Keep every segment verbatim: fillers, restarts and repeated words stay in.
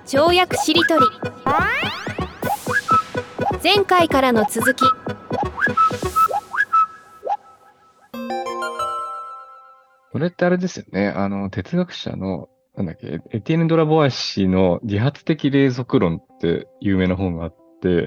跳躍しりとり。前回からの続き。 これってあれですよね。あの、哲学者の、なんだっけ、エティエンヌ・ドラボワ氏の自発的隷属論って有名な本があって、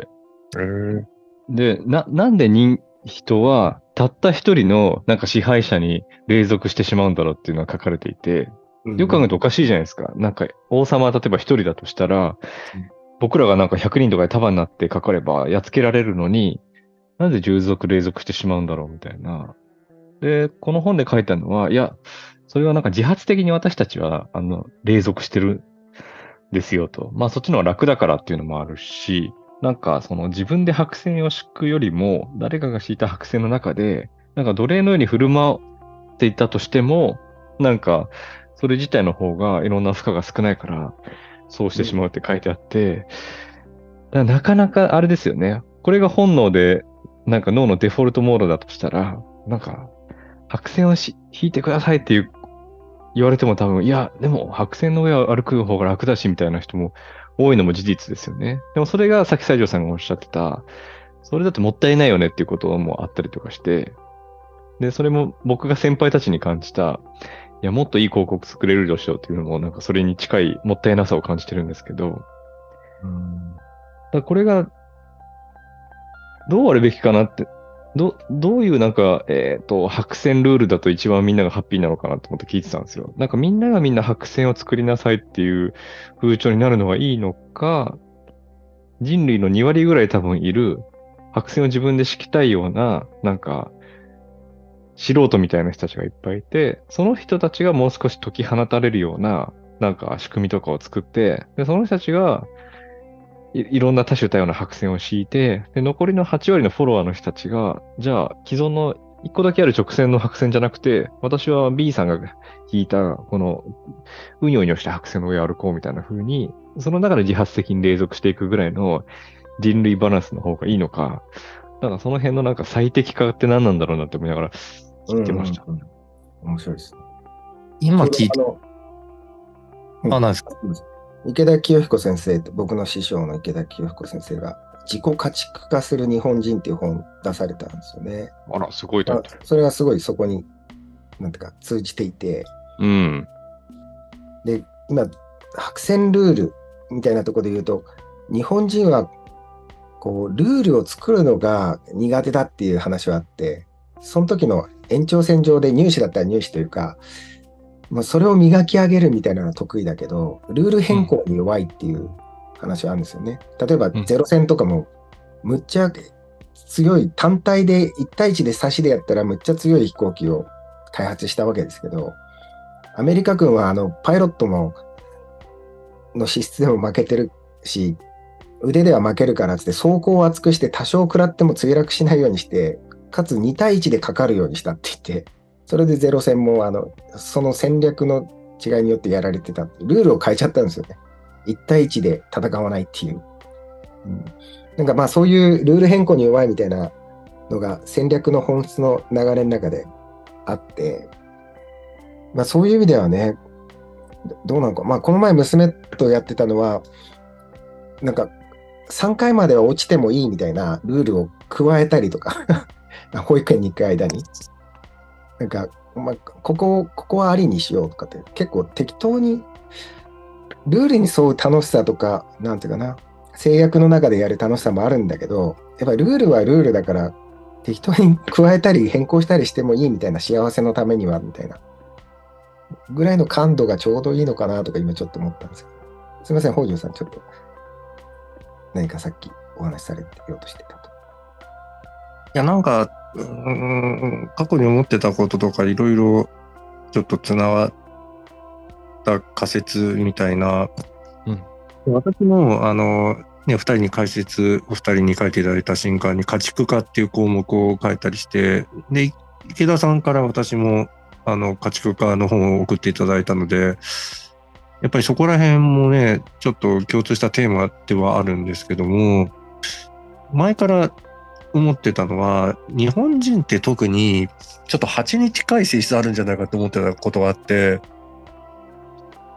えー、 で、な、なんで人、人はたった一人のなんか支配者に隷属してしまうんだろうっていうのが書かれていて、よく考えるとおかしいじゃないですか。なんか王様は例えば一人だとしたら、 うん僕らがなんかひゃくにんとかで束になってかかればやっつけられるのに、なぜ従属隷属してしまうんだろうみたいな。で、この本で書いてあるのは、いや、それはなんか自発的に私たちは、あの、隷属してるんですよと。まあそっちの方が楽だからっていうのもあるし、なんかその自分で白線を敷くよりも、誰かが敷いた白線の中で、なんか奴隷のように振る舞っていたとしても、なんか、それ自体の方がいろんな負荷が少ないから、そうしてしまうって書いてあって、だからなかなかあれですよね。これが本能で、なんか脳のデフォルトモードだとしたら、なんか、白線をし引いてくださいっていう言われても多分、いや、でも白線の上を歩く方が楽だしみたいな人も多いのも事実ですよね。でもそれがさっき西条さんがおっしゃってた、それだともったいないよねっていうこともあったりとかして、で、それも僕が先輩たちに感じた、いや、もっといい広告作れるでしょうっていうのも、なんかそれに近いもったいなさを感じてるんですけど、 うんだからこれがどうあるべきかなって、ど、どういうなんか、えっと、白線ルールだと一番みんながハッピーなのかなと思って聞いてたんですよ。なんかみんながみんな白線を作りなさいっていう風潮になるのがいいのか、人類のに割ぐらい多分いる白線を自分で敷きたいような、なんか、素人みたいな人たちがいっぱいいて、その人たちがもう少し解き放たれるような、なんか仕組みとかを作って、で、その人たちが、い、いろんな多種多様な白線を敷いて、で、残りのはち割のフォロワーの人たちが、じゃあ、既存のいっこだけある直線の白線じゃなくて、私は B さんが引いた、この、うにょうにょした白線の上を歩こうみたいな風に、その中で自発的に隷属していくぐらいの人類バランスの方がいいのか、なんかその辺のなんか最適化って何なんだろうなって思いながら聞いてました。 うんうんうん面白いですね。 今聞いて、 あの、うんあ、なんですか。 池田清彦先生って僕の師匠の池田清彦先生が自己家畜化する日本人っていう本出されたんですよね。 あら、すごいタイトル。 それがすごいそこになんていうか通じていて、 うん。 で今白線ルールみたいなところで言うと日本人はこうルールを作るのが苦手だっていう話はあって、その時の延長線上で入試だったら入試というか、まあ、それを磨き上げるみたいなのは得意だけど、ルール変更に弱いっていう話はあるんですよね。例えばうんゼロ戦とかもむっちゃ強い単体でいち対いちで差しでやったらむっちゃ強い飛行機を開発したわけですけど、アメリカ軍はあのパイロットもの資質でも負けてるし、腕では負けるからっつって装甲を厚くして多少食らっても墜落しないようにして、かつに対いちでかかるようにしたって言って、それでゼロ戦もあのその戦略の違いによってやられてたって、ルールを変えちゃったんですよね。いち対いちで戦わないっていう、うん、なんかまあそういうルール変更に弱いみたいなのが戦略の本質の流れの中であって、まあそういう意味ではね、どうなのか、まあこの前娘とやってたのはなんかさんかいまでは落ちてもいいみたいなルールを加えたりとか保育園に行く間になんか、まあ、ここここはありにしようとかって結構適当にルールに沿う楽しさとかなんていうかな制約の中でやる楽しさもあるんだけど、やっぱりルールはルールだから適当に加えたり変更したりしてもいいみたいな、幸せのためにはみたいなぐらいの感度がちょうどいいのかなとか今ちょっと思ったんですけど、すみません北条さんちょっと何かさっきお話しされてようとしてたと。 いや、なんか、うーん、過去に思ってたこととかいろいろちょっとつながった仮説みたいな。 うん私も、あの、ね、二人に解説、お二人に書いていただいた新刊に家畜化っていう項目を書いたりして、で、池田さんから私も、あの、家畜化の本を送っていただいたので、やっぱりそこら辺もね、ちょっと共通したテーマではあるんですけども、前から思ってたのは、日本人って特にちょっと蜂に近い性質あるんじゃないかと思ってたことがあって、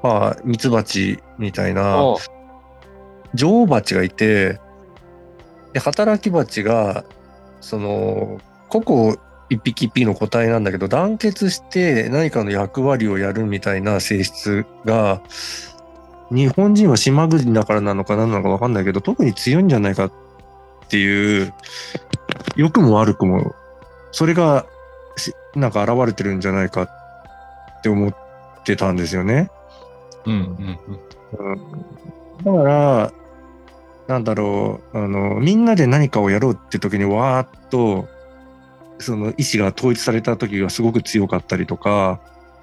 まあ、ミツバチみたいなおう女王蜂がいて、で、働き蜂が、その、個々一匹一匹の個体なんだけど、団結して何かの役割をやるみたいな性質が、日本人は島国だからなのか何なのか分かんないけど、特に強いんじゃないかっていう、良くも悪くも、それがしなんか現れてるんじゃないかって思ってたんですよね。 うんうんうん。 うん、だから、なんだろう、あの、みんなで何かをやろうって時にわーっと、その意思が統一された時がすごく強かったりとか、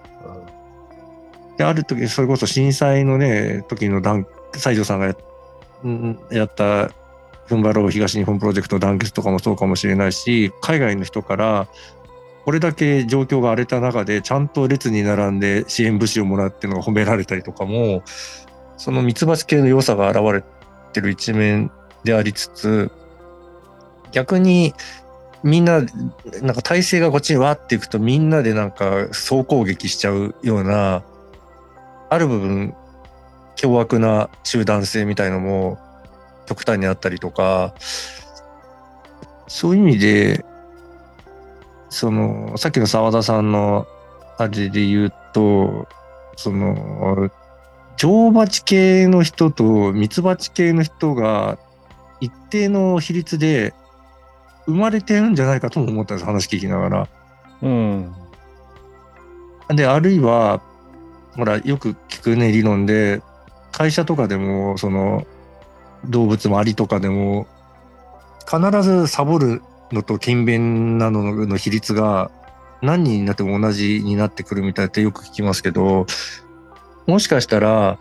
で、ある時、それこそ震災のね、時の団、西条さんがや、んやった踏ん張ろう東日本プロジェクトの団結とかもそうかもしれないし、海外の人から、これだけ状況が荒れた中で、ちゃんと列に並んで支援物資をもらうっていうのが褒められたりとかも、そのミツバチ系の良さが現れてる一面でありつつ、逆にみんな、なんか体制がこっちにわーっていくとみんなでなんか総攻撃しちゃうような、ある部分、凶悪な集団性みたいのも極端にあったりとか、そういう意味で、その、さっきの澤田さんのあれで言うと、その、女王蜂系の人とミツバチ系の人が一定の比率で生まれてるんじゃないかとも思ったんです、話聞きながら。 うん。 で、あるいは、ほら、よく聞くね、理論で、会社とかでも、その、動物もアリとかでも、必ずサボるのと勤勉なのの比率が何人になっても同じになってくるみたいってよく聞きますけど、もしかしたら、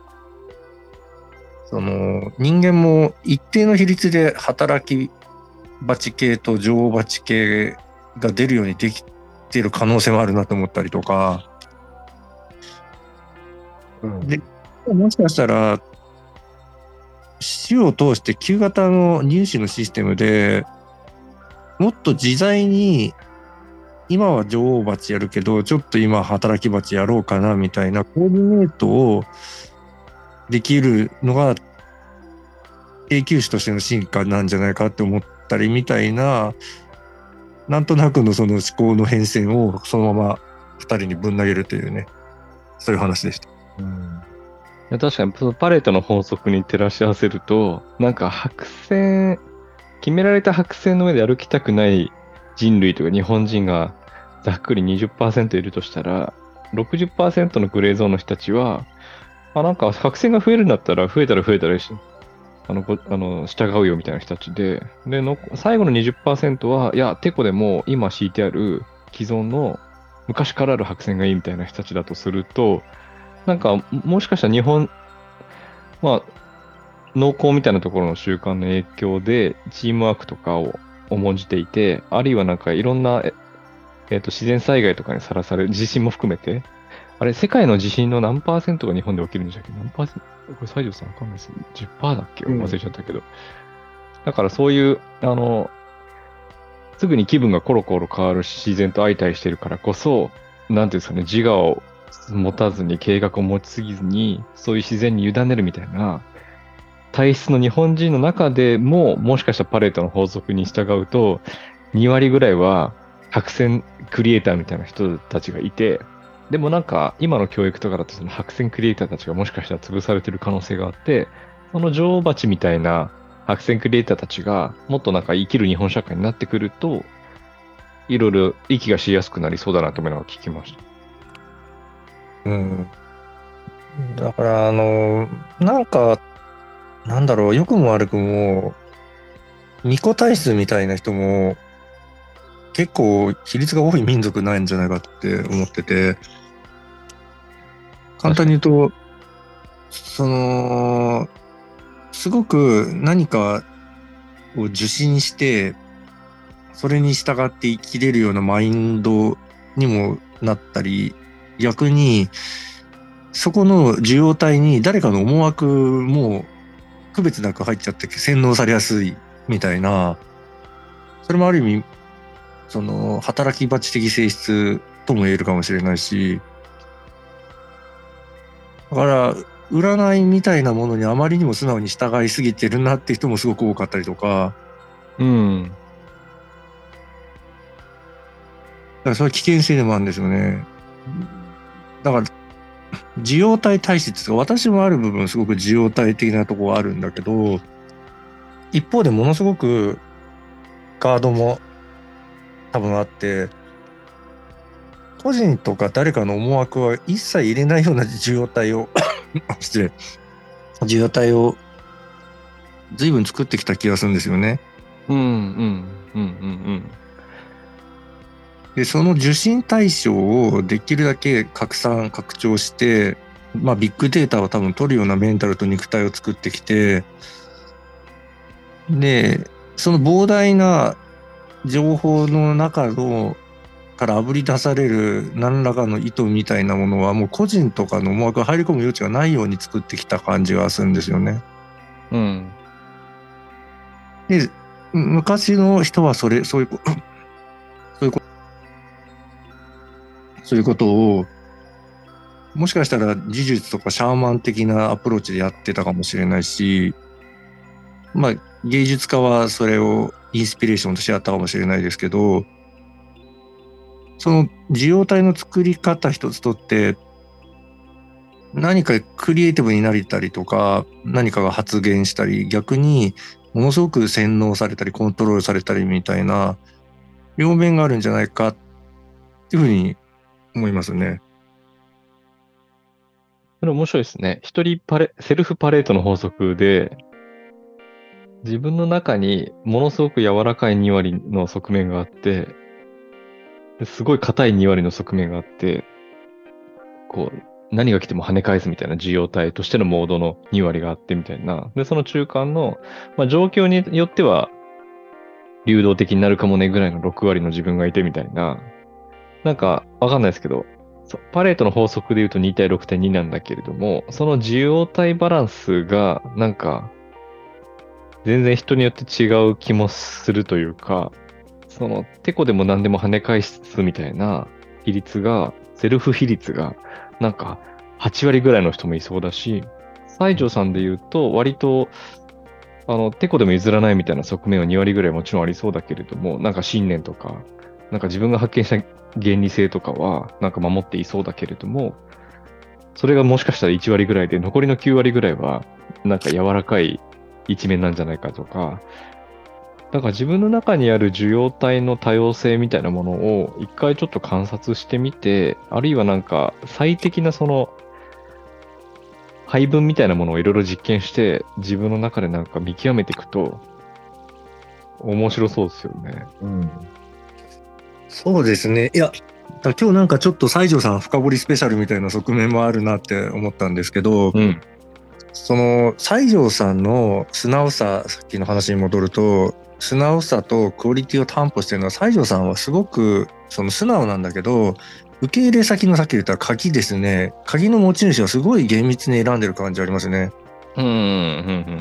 その、人間も一定の比率で働き蜂系と女王蜂系が出るようにできている可能性もあるなと思ったりとか、 うんで、もしかしたら、種を通して旧型の入試のシステムでもっと自在に、今は女王蜂やるけど、ちょっと今働き蜂やろうかなみたいなコーディネートをできるのが永久種としての進化なんじゃないかって思ったりみたいな、なんとなくのその思考の変遷をそのまま二人にぶん投げるというね、そういう話でした。 うんいや確かに、そのパレートの法則に照らし合わせると、なんか白線、決められた白線の上で歩きたくない人類とか日本人がざっくり にじゅっパーセント いるとしたら、ろくじゅっパーセント のグレーゾーンの人たちは、あ、なんか白線が増えるんだったら、増えたら増えたらし、あの、ごあの従うよみたいな人たちで、で、の最後の にじゅっパーセント は、いや、てこでも今敷いてある既存の昔からある白線がいいみたいな人たちだとすると、なんか、もしかしたら日本、まあ、農耕みたいなところの習慣の影響で、チームワークとかを重んじていて、あるいはなんかいろんな、ええーと自然災害とかにさらされる、地震も含めて、あれ、世界の地震の何パーセントが日本で起きるんでしたっけ？何パーセント？これ、西条さんわかんないです。じゅっパーセント だっけうん忘れちゃったけど。だからそういう、あの、すぐに気分がコロコロ変わるし、自然と相対してるからこそ、なんていうんですかね、自我を持たずに、計画を持ちすぎずに、そういう自然に委ねるみたいな、体質の日本人の中でも、もしかしたらパレートの法則に従うと、に割ぐらいは白線クリエイターみたいな人たちがいて、でもなんか今の教育とかだとその白線クリエイターたちがもしかしたら潰されてる可能性があって、その女王蜂みたいな白線クリエイターたちがもっとなんか生きる日本社会になってくると、いろいろ息がしやすくなりそうだなと思いながら聞きました。 うん。だから、あの、なんか、なんだろう、良くも悪くも、巫女体質みたいな人も、結構比率が多い民族ないんじゃないかって思ってて、簡単に言うと、その、すごく何かを受信して、それに従って生きれるようなマインドにもなったり、逆に、そこの受容体に誰かの思惑も区別なく入っちゃって洗脳されやすいみたいな、それもある意味、その働き蜂的性質とも言えるかもしれないし、 だから占いみたいなものにあまりにも素直に従いすぎてるなって人もすごく多かったりとか、 うん。 だからそれは危険性でもあるんですよね。だから受容体体質とか、私もある部分すごく受容体的なところはあるんだけど、一方でものすごくガードも多分あって、個人とか誰かの思惑は一切入れないような受容体を失礼受容体を随分作ってきた気がするんですよね。 うんうんうんうんでその受信対象をできるだけ拡散拡張して、まあ、ビッグデータを多分取るようなメンタルと肉体を作ってきて、でその膨大な情報の中のからあぶり出される何らかの意図みたいなものはもう個人とかの思惑が入り込む余地がないように作ってきた感じがするんですよね。 うんうんで昔の人はそれそういうこそういうこそういうことをもしかしたら呪術とかシャーマン的なアプローチでやってたかもしれないし、まあ芸術家はそれをインスピレーションとしてやったかもしれないですけど、その受容体の作り方一つとって何かクリエイティブになれたりとか何かが発現したり逆にものすごく洗脳されたりコントロールされたりみたいな両面があるんじゃないかっていうふうに思いますね。 それ面白いですね。一人パレ、セルフパレートの法則で、自分の中にものすごく柔らかいに割の側面があって、ですごい硬いに割の側面があって、こう、何が来ても跳ね返すみたいな受容体としてのモードのに割があってみたいな。で、その中間の、まあ、状況によっては、流動的になるかもねぐらいのろく割の自分がいてみたいな。なんか、わかんないですけど、そうパレートの法則で言うとに対ろく対になんだけれども、その受容体バランスが、なんか、全然人によって違う気もするというか、その、てこでも何でも跳ね返すみたいな比率が、セルフ比率が、なんか、はち割ぐらいの人もいそうだし、西条さんで言うと、割と、あの、てこでも譲らないみたいな側面はに割ぐらいもちろんありそうだけれども、なんか信念とか、なんか自分が発見した原理性とかは、なんか守っていそうだけれども、それがもしかしたらいち割ぐらいで、残りのきゅう割ぐらいは、なんか柔らかい一面なんじゃないかとか、だから自分の中にある受容体の多様性みたいなものを一回ちょっと観察してみて、あるいはなんか最適なその配分みたいなものをいろいろ実験して自分の中でなんか見極めていくと面白そうですよね。 うん。 そうですね。いや、だ今日なんかちょっと西条さん深掘りスペシャルみたいな側面もあるなって思ったんですけど、 うん。 その西条さんの素直さ、さっきの話に戻ると、素直さとクオリティを担保してるのは西条さんはすごくその素直なんだけど、受け入れ先のさっき言った鍵ですね。鍵の持ち主はすごい厳密に選んでる感じありますね。 うん、うん、うん。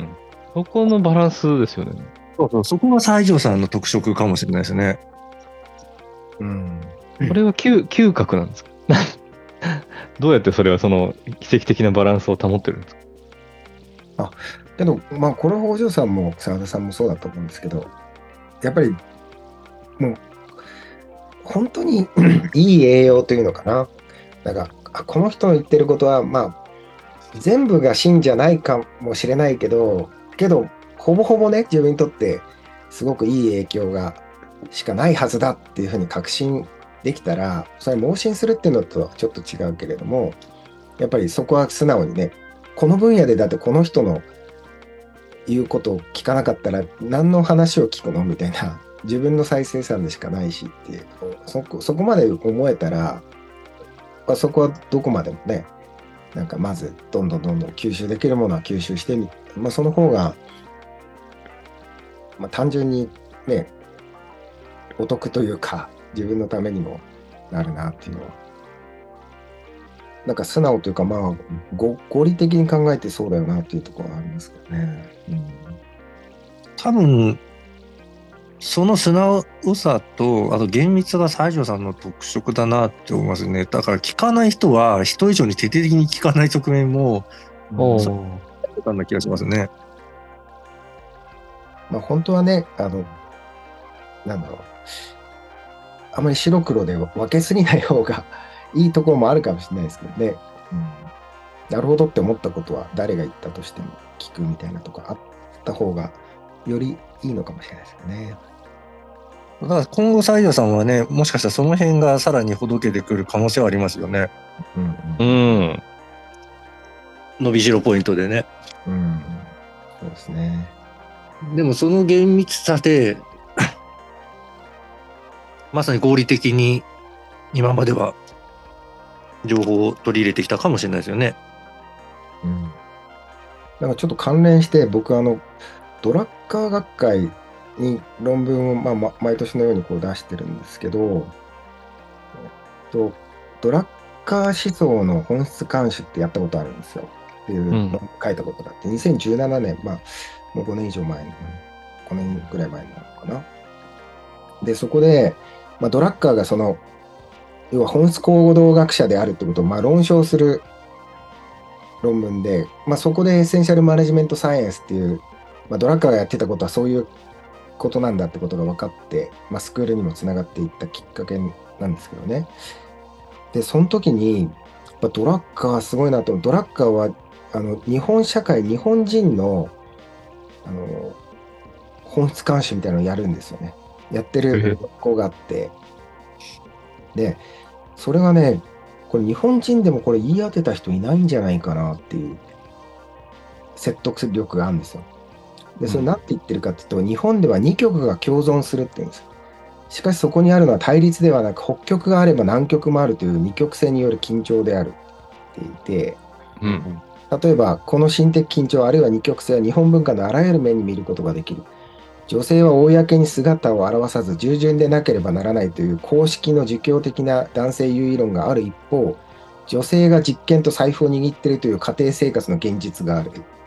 そこのバランスですよね。 そうそう、そこが西条さんの特色かもしれないですね。 うん。 これは嗅、嗅覚なんですか？どうやってそれはその奇跡的なバランスを保ってるんですか？ けど、まあ、この北条さんも澤田さんもそうだと思うんですけど、やっぱり、もう、本当にいい栄養というのかな。なんか、あこの人の言ってることは、まあ、全部が真じゃないかもしれないけど、けど、ほぼほぼね、自分にとってすごくいい影響がしかないはずだっていうふうに確信できたら、それ盲信するっていうのとはちょっと違うけれども、やっぱりそこは素直にね、この分野でだってこの人の言うことを聞かなかったら何の話を聞くのみたいな、自分の再生産でしかないしっていう、そこ、そこまで思えたら、まあ、そこはどこまでもね、なんかまずどんどんどんどん吸収できるものは吸収してみ、まあ、その方が、まあ、単純にね、お得というか、自分のためにもなるなっていうのは。なんか素直というか、まあ、ご合理的に考えてそうだよなっていうところはありますけどね。うん、 多分、 その素直さと、あと厳密が西条さんの特色だなって思いますね。だから聞かない人は人以上に徹底的に聞かない側面も、 おそーあったな気がしますね。 まあ、本当はね、あの、なんだろう。あまり白黒で分けすぎない方がいいところもあるかもしれないですけどね。うん、なるほどって思ったことは誰が言ったとしても聞くみたいなとかあった方がよりいいのかもしれないですよね。 だから今後西条さんはね、もしかしたらその辺がさらにほどけてくる可能性はありますよね。 うんううんん。 伸びしろポイントでね。 うんうん、そうですね。 でもその厳密さで、まさに合理的に今までは情報を取り入れてきたかもしれないですよね。 うん、なんかちょっと関連して僕あのドラッカー学会に論文を、まあ、ま毎年のようにこう出してるんですけど、えっと、ドラッカー思想の本質監視ってやったことあるんですよ。っていうのを書いたことがあって、にせんじゅうななねん、まあ、もうごねん以上前の、ごねんぐらい前なのかな。で、そこで、まあ、ドラッカーがその、要は本質行動学者であるってことをまあ論証する論文で、まあ、そこでエッセンシャルマネジメントサイエンスっていう、まあ、ドラッカーがやってたことはそういうことなんだってことが分かって、まあ、スクールにもつながっていったきっかけなんですけどね。で、その時に、やっぱドラッカーすごいなと、ドラッカーはあの日本社会、日本人のあの本質監視みたいなのをやるんですよね。やってる学校があって。で、それがね、これ日本人でもこれ言い当てた人いないんじゃないかなっていう説得力があるんですよ。で、それ何て言ってるかっていうと、日本ではに極が共存するって言うんですよ。しかしそこにあるのは対立ではなく、北極があれば南極もあるという二極性による緊張であるって言っていて、 うん。 例えばこの心的緊張あるいは二極性は日本文化のあらゆる面に見ることができる。女性は公に姿を現さず従順でなければならないという公式の儒教的な男性優位論がある一方、女性が実権と財布を握っているという家庭生活の現実がある。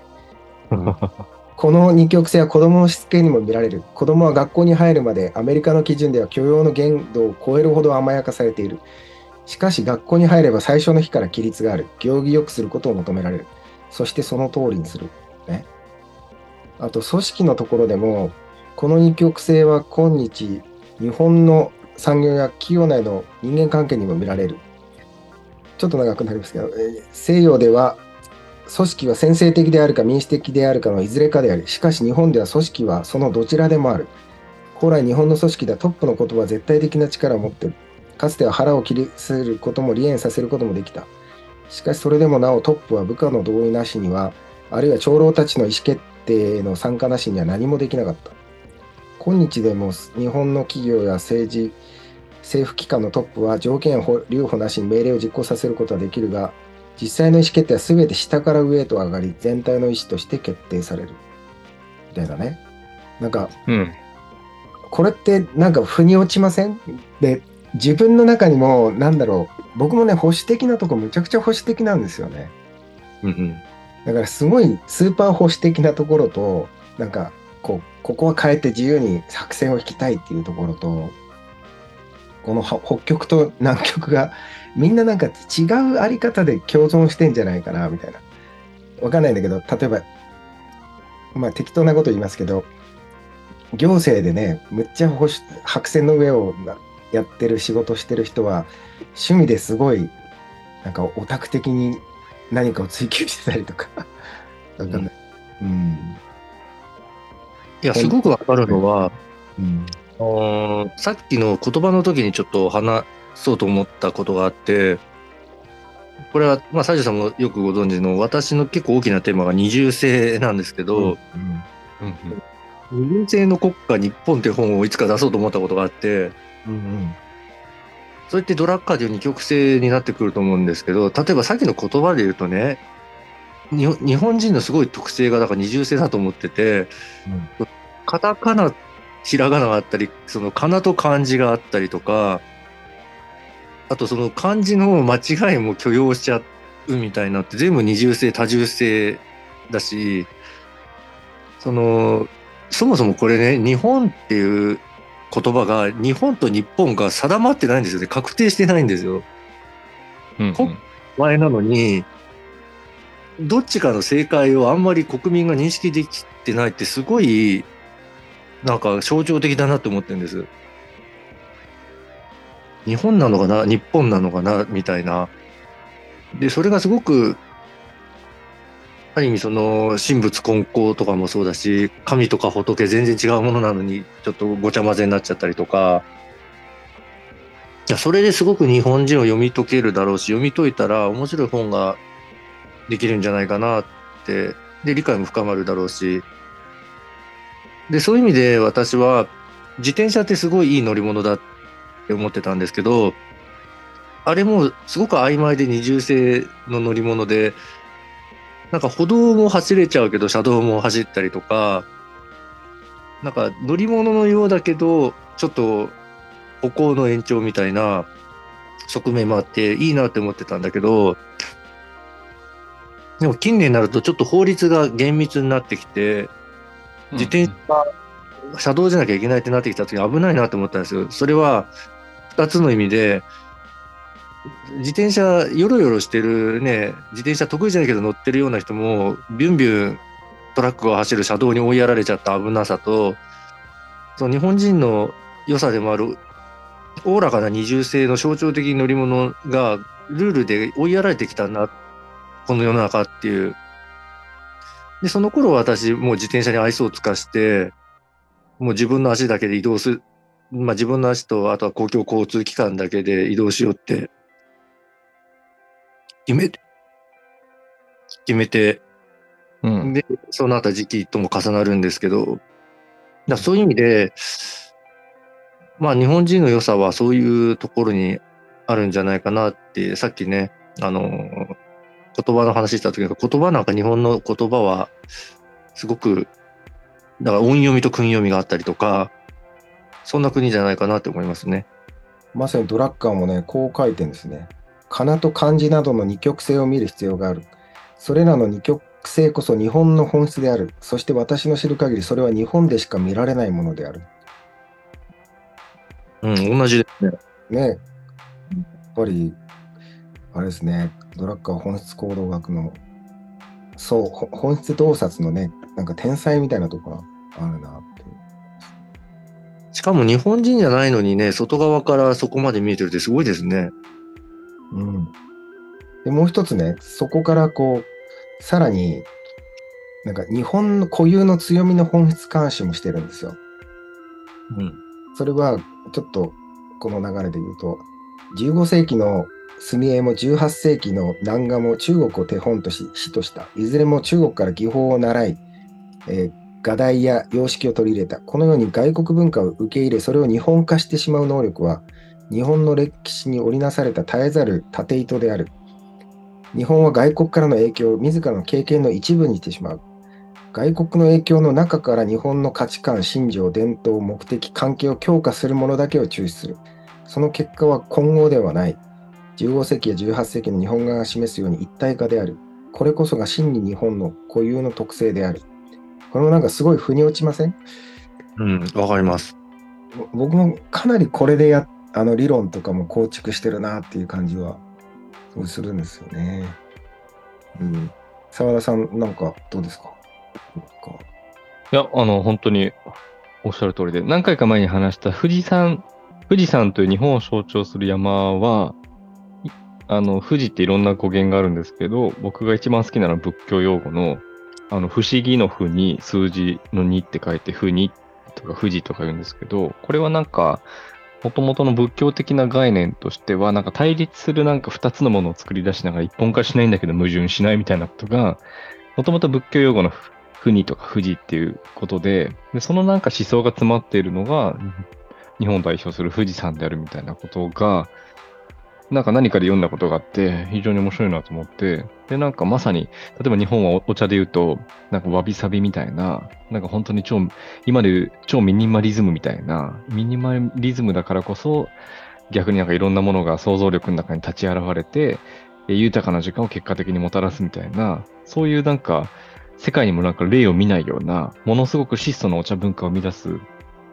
この二極性は子供のしつけにも見られる。子供は学校に入るまでアメリカの基準では許容の限度を超えるほど甘やかされている。しかし学校に入れば最初の日から規律がある。行儀よくすることを求められる。そしてその通りにする。ね。あと組織のところでも、この二極性は今日日本の産業や企業内の人間関係にも見られる。ちょっと長くなりますけど、西洋では組織は専制的であるか民主的であるかのいずれかである。しかし日本では組織はそのどちらでもある。古来日本の組織ではトップの言葉は絶対的な力を持っている。かつては腹を切りすることも離縁させることもできた。しかしそれでもなおトップは部下の同意なしには、あるいは長老たちの意思決定の参加なしには何もできなかった。今日でも日本の企業や政治、政府機関のトップは条件を留保なしに命令を実行させることはできるが、実際の意思決定は全て下から上へと上がり、全体の意思として決定される。みたいなね。なんか、 うん。 これってなんか腑に落ちません？で、自分の中にも、なんだろう、僕もね、保守的なとこむちゃくちゃ保守的なんですよね。 うんうん。 だからすごいスーパー保守的なところと、なんか、こう、ここは変えて自由に作戦を引きたいっていうところと、この北極と南極がみんななんか違うあり方で共存してんじゃないかなみたいな。わかんないんだけど、例えば、まあ適当なこと言いますけど、行政でね、むっちゃ保守白線の上をやってる仕事してる人は、趣味ですごいなんかオタク的に何かを追求してたりとか。わかんない。うん。 いや、すごくわかるのは、 うんあのさっきの言葉の時にちょっと話そうと思ったことがあって、これは、まあ、西条さんもよくご存知の、私の結構大きなテーマが二重性なんですけど、 うんうん二重性の国家日本って本をいつか出そうと思ったことがあって、 うんうんそれってドラッカーという二極性になってくると思うんですけど、例えばさっきの言葉で言うとね、に日本人のすごい特性がだから二重性だと思ってて、 うんカタカナ、ひらがながあったり、そのかなと漢字があったりとか、あとその漢字の間違いも許容しちゃうみたいなって全部二重性、多重性だし、その、そもそもこれね、日本っていう言葉が日本と日本が定まってないんですよね。確定してないんですよ。 うんうんこ前なのに、どっちかの正解をあんまり国民が認識できてないってすごい、なんか象徴的だなって思ってるんです。日本なのかな日本なのかなみたいな。で、それがすごく、ある意味その神仏混交とかもそうだし、神とか仏全然違うものなのにちょっとごちゃ混ぜになっちゃったりとか、いや、それですごく日本人を読み解けるだろうし、読み解いたら面白い本ができるんじゃないかなって、で、理解も深まるだろうし、で、そういう意味で私は自転車ってすごいいい乗り物だって思ってたんですけど、あれもすごく曖昧で二重性の乗り物で、なんか歩道も走れちゃうけど車道も走ったりとか、なんか乗り物のようだけど、ちょっと歩行の延長みたいな側面もあっていいなって思ってたんだけど、でも近年になるとちょっと法律が厳密になってきて、自転車、車道じゃなきゃいけないってなってきた時に危ないなと思ったんですよ。それは二つの意味で、自転車よろよろしてるね、自転車得意じゃないけど乗ってるような人もビュンビュントラックが走る車道に追いやられちゃった危なさと、その日本人の良さでもあるおおらかな二重性の象徴的乗り物がルールで追いやられてきたな、この世の中っていう。で、その頃私もう自転車に愛想を尽かして、もう自分の足だけで移動する、まあ自分の足とあとは公共交通機関だけで移動しようって決めて、決めて、 うんで、そうなった時期とも重なるんですけど、だからそういう意味で、まあ日本人の良さはそういうところにあるんじゃないかなって、さっきね、あの、言葉の話した時に、言葉なんか日本の言葉はすごく、だから音読みと訓読みがあったりとか、そんな国じゃないかなって思いますね。 まさにドラッカーもね、こう書いてるんですね。かなと漢字などの二極性を見る必要がある。それらの二極性こそ日本の本質である。そして私の知る限りそれは日本でしか見られないものである。 うん、同じですね。 ね、やっぱり、あれですね、ドラッカー本質行動学の、そう、ほ本質洞察のね、なんか天才みたいなところがあるなっていう。 しかも日本人じゃないのにね、外側からそこまで見えてるってすごいですね。 うん。で、もう一つね、そこからこう、さらに、なんか日本の固有の強みの本質監視もしてるんですよ。 うん。 それは、ちょっとこの流れで言うと、じゅうご世紀の墨絵もじゅうはっ世紀の南画も中国を手本とし、師とした。いずれも中国から技法を習い、えー画題や様式を取り入れた。このように外国文化を受け入れ、それを日本化してしまう能力は、日本の歴史に織りなされた絶えざる縦糸である。日本は外国からの影響を自らの経験の一部にしてしまう。外国の影響の中から日本の価値観、信条、伝統、目的、関係を強化するものだけを抽出する。その結果は混合ではない。じゅうご世紀やじゅうはっ世紀の日本側が示すように一体化である。これこそが真に日本の固有の特性である。これもなんかすごい腑に落ちません？ うん、わかります。 僕もかなりこれでやあの理論とかも構築してるなっていう感じはそうするんですよね。うん。澤田さんなんかどうですか？ いや、あの、本当におっしゃる通りで、何回か前に話した富士山、富士山という日本を象徴する山は、いあの、富士っていろんな語源があるんですけど、僕が一番好きなのは仏教用語の、あの、不思議の不に数字のにって書いて、不にとか富士とか言うんですけど、これはなんか、もともとの仏教的な概念としては、なんか対立するなんか二つのものを作り出しながら一本化しないんだけど矛盾しないみたいなことが、もともと仏教用語の不にとか富士っていうことで、で、そのなんか思想が詰まっているのが、日本を代表する富士山であるみたいなことが、なんか何かで読んだことがあって、非常に面白いなと思って、で、なんかまさに、例えば日本はお茶で言うと、なんかわびさびみたいな、なんか本当に超、今で言う超ミニマリズムみたいな、ミニマリズムだからこそ、逆になんかいろんなものが想像力の中に立ち現れて、豊かな時間を結果的にもたらすみたいな、そういうなんか、世界にもなんか例を見ないような、ものすごく質素なお茶文化を生み出す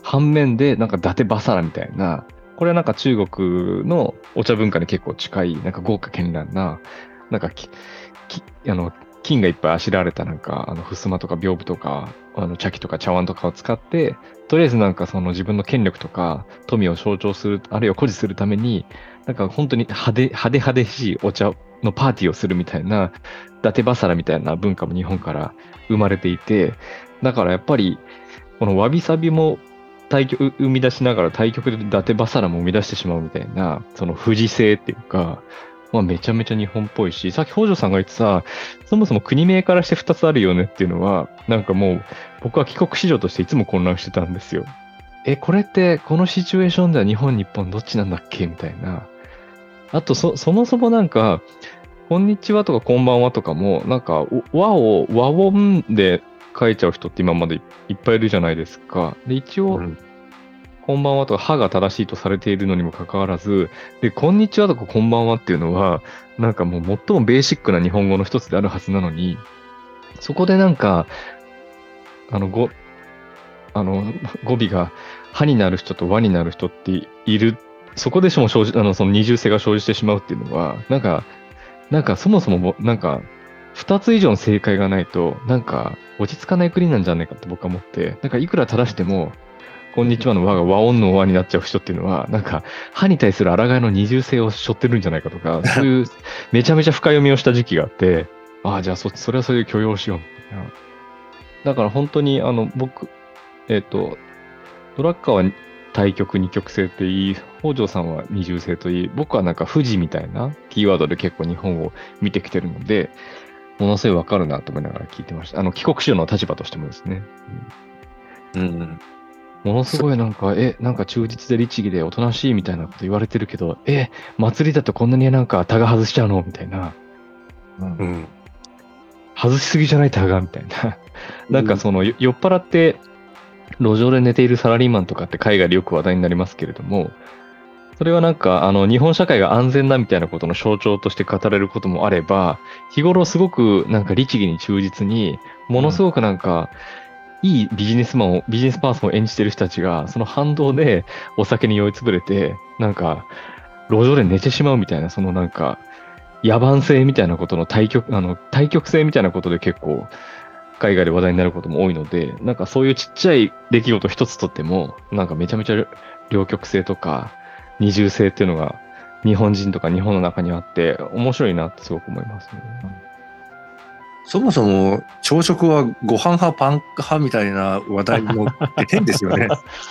反面でなんか伊達バサラみたいな、これはなんか中国のお茶文化に結構近い、なんか豪華絢爛な、なんかききあの金がいっぱいあしらわれたなんかあの襖とか屏風とかあの茶器とか茶碗とかを使って、とりあえずなんかその自分の権力とか富を象徴する、あるいは誇示するために、なんか本当に派手派手派手しいお茶のパーティーをするみたいな、伊達バサラみたいな文化も日本から生まれていて、だからやっぱりこのわびさびも対極生み出しながら対極で伊達バサラも生み出してしまうみたいな、その富士性っていうか、まあ、めちゃめちゃ日本っぽいし、さっき北条さんが言ってた、そもそも国名からしてふたつあるよねっていうのは、なんかもう僕は帰国子女としていつも混乱してたんですよ。え、これってこのシチュエーションでは日本、日本どっちなんだっけみたいな。あとそ、そもそもなんか、こんにちはとかこんばんはとかも、なんか和を和音で書いちゃう人って今までいっぱいいるじゃないですか。で、一応、 うんこんばんはとか、歯が正しいとされているのにもかかわらず、で、こんにちはとかこんばんはっていうのは、なんかもう最もベーシックな日本語の一つであるはずなのに、そこでなんか、あの、ご、あの、語尾が、歯になる人と和になる人っている、そこでしも生じ、あの、その二重性が生じてしまうっていうのは、なんか、なんかそもそもも、なんか、二つ以上の正解がないと、なんか、落ち着かない国なんじゃないかって僕は思って、なんかいくら正しても、こんにちはの和が和音の和になっちゃう人っていうのは、なんか、歯に対する抗いの二重性を背負ってるんじゃないかとか、そういう、めちゃめちゃ深読みをした時期があって、ああ、じゃあそ、それはそれで許容しようみたいな。だから本当に、あの、僕、えっと、ドラッカーは対極二極性っていい、北条さんは二重性といい、僕はなんか富士みたいなキーワードで結構日本を見てきてるので、ものすごいわかるなと思いながら聞いてました。あの、帰国子女の立場としてもですね。 うんうんものすごいなんか、え、なんか忠実で律儀でおとなしいみたいなこと言われてるけど、え、祭りだとこんなになんかタガ外しちゃうのみたいな。 うんうん外しすぎじゃないタガみたいな。なんかその、よ酔っ払って路上で寝ているサラリーマンとかって海外でよく話題になりますけれども、それはなんか、あの、日本社会が安全だみたいなことの象徴として語られることもあれば、日頃すごくなんか律儀に忠実に、ものすごくなんか、いいビジネスマンを、ビジネスパーソンを演じてる人たちが、その反動でお酒に酔いつぶれて、なんか、路上で寝てしまうみたいな、そのなんか、野蛮性みたいなことの対極、あの、対極性みたいなことで結構、海外で話題になることも多いので、なんかそういうちっちゃい出来事一つとっても、なんかめちゃめちゃ両極性とか、二重性っていうのが、日本人とか日本の中にあって、面白いなってすごく思いますね。 そもそも朝食はご飯派パン派みたいな話題もって変ですよね。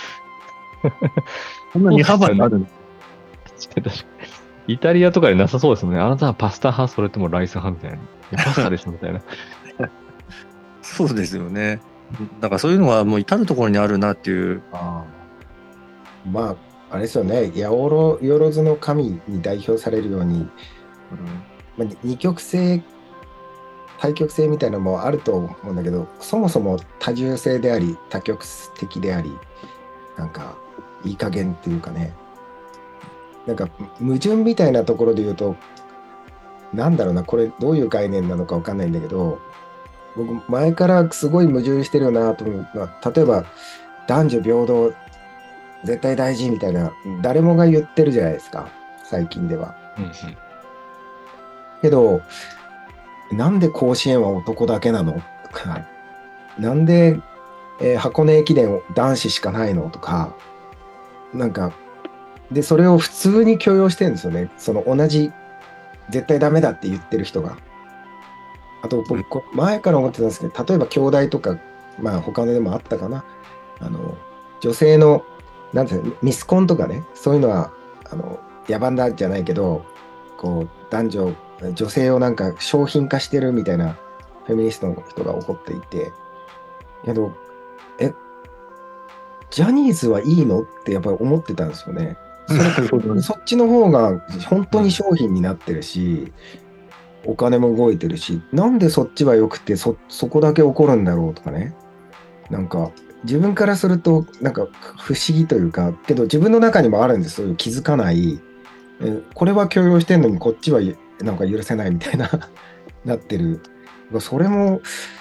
こんなに幅にあるの。 確かにイタリアとかでなさそうですもんね。あなたはパスタ派、それともライス派みたいな。いやパスタでしょみたいな。 そうですよね。だからそういうのがもう至るところにあるなっていう。 あーまあ、あれですよね、八百万の神に代表されるように、まあ、二極性、対極性みたいなのもあると思うんだけど、そもそも多重性であり、多極的であり、なんか、いい加減っていうかね、なんか矛盾みたいなところで言うと、なんだろうな、これどういう概念なのかわかんないんだけど、僕前からすごい矛盾してるよなと思うのは、例えば男女平等絶対大事みたいな誰もが言ってるじゃないですか、最近では。 うんうんけどなんで甲子園は男だけなのとか、なんで、えー箱根駅伝男子しかないのとか、なんかでそれを普通に許容してるんですよね、その同じ絶対ダメだって言ってる人が。あと僕、こ前から思ってたんですけど、例えば兄弟とか、まあ他のでもあったかな、あの女性のなんていうのミスコンとかね、そういうのはあの野蛮だじゃないけど、こう男女女性をなんか商品化してるみたいなフェミニストの人が怒っていて、けどえジャニーズはいいのってやっぱり思ってたんですよね。それそっちの方が本当に商品になってるし、お金も動いてるし、なんでそっちは良くて そ, そこだけ怒るんだろうとかね。なんか自分からするとなんか不思議というか、けど自分の中にもあるんです、そういう気づかない、えこれは許容してんのにこっちはなんか許せないみたいななってる。それも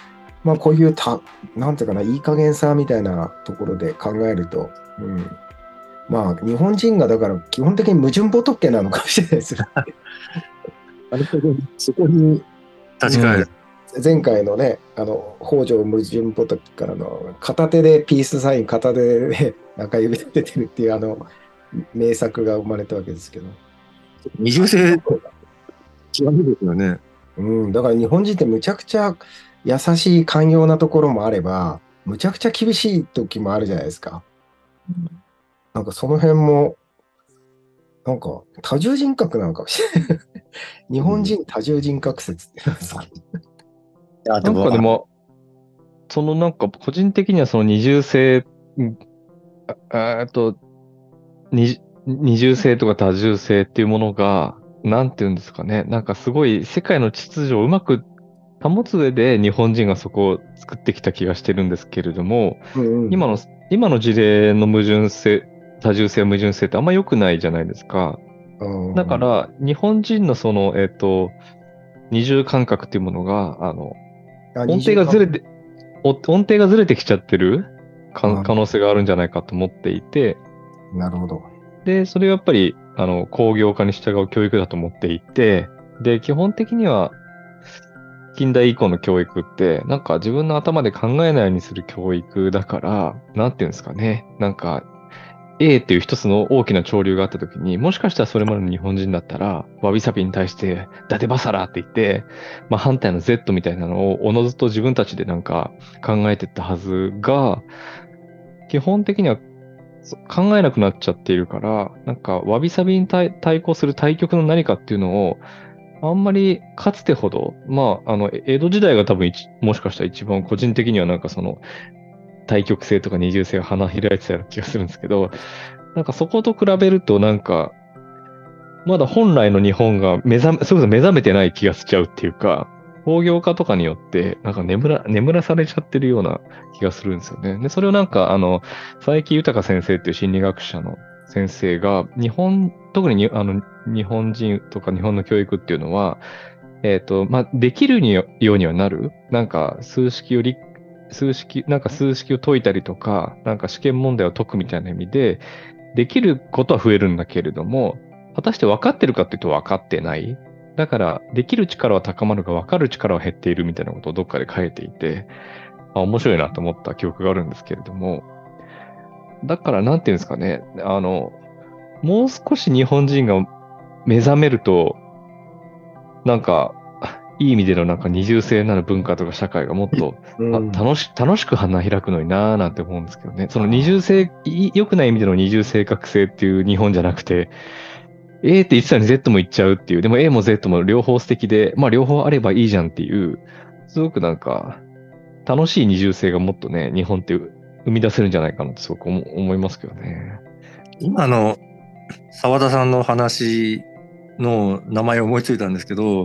まあこういうた、なんていうかな、いい加減さみたいなところで考えると、うん、まあ日本人がだから基本的に矛盾仏なのかもしれないですね。ある程度そこに立ち返る。 前回のね、あの北条矛盾仏からの片手でピースサイン、片手で中指立ててるっていうあの名作が生まれたわけですけど。 二重性、極めですよね。 うん、だから日本人ってむちゃくちゃ優しい寛容なところもあれば、むちゃくちゃ厳しい時もあるじゃないですか。なんかその辺も、なんか多重人格なのかもしれない。日本人多重人格説ってなんですか。 いやなんかでも、そのなんか個人的にはその二重性、うんあえっと、二二重性とか多重性っていうものが、なんていうんですかね。なんかすごい世界の秩序をうまく保つ上で日本人がそこを作ってきた気がしてるんですけれども、 うんうん、 今の、今の事例の矛盾性、多重性、矛盾性ってあんま良くないじゃないですか。 うんだから、日本人のその、えっと、二重感覚っていうものが、あの、 あ音程がずれて、お音程がずれてきちゃってるかあ可能性があるんじゃないかと思っていて、 なるほど。 で、それはやっぱり、あの、工業化に従う教育だと思っていて、で、基本的には、近代以降の教育って、なんか自分の頭で考えないようにする教育だから、なんていうんですかね。なんか、A っていう一つの大きな潮流があった時に、もしかしたらそれまでの日本人だったら、わびさびに対して、伊達バサラって言って、まあ反対の Z みたいなのをおのずと自分たちでなんか考えてったはずが、基本的にはそ考えなくなっちゃっているから、なんかわびさびに対対抗する対極の何かっていうのを、あんまりかつてほど、まあ、あの、江戸時代が多分一もしかしたら一番個人的にはなんかその、対極性とか二重性が花開いてたような気がするんですけど、なんかそこと比べるとなんか、まだ本来の日本が目覚め、それこそ目覚めてない気がしちゃうっていうか、工業化とかによって、なんか眠ら、眠らされちゃってるような気がするんですよね。で、それをなんか、あの、佐伯豊先生っていう心理学者の先生が、日本、特ににあの日本人とか日本の教育っていうのは、えっと、まあ、できるにようにはなる。なんか、数式を理、数式、なんか数式を解いたりとか、なんか試験問題を解くみたいな意味で、できることは増えるんだけれども、果たして分かってるかっていうと分かってない。だから、できる力は高まるが分かる力は減っているみたいなことをどっかで書いていて、あ、面白いなと思った記憶があるんですけれども、だからなんていうんですかね、あの、もう少し日本人が目覚めると、なんか、いい意味でのなんか二重性なる文化とか社会がもっと、 うんあ楽し、楽しく花開くのになーなんて思うんですけどね。その二重性、い良くない意味での二重性格性っていう日本じゃなくて、A って言ってたのに Z も言っちゃうっていう、でも A も Z も両方素敵で、まあ両方あればいいじゃんっていう、すごくなんか、楽しい二重性がもっとね、日本って生み出せるんじゃないかなってすごく思思いますけどね。 今の澤田さんの話の名前を思いついたんですけど、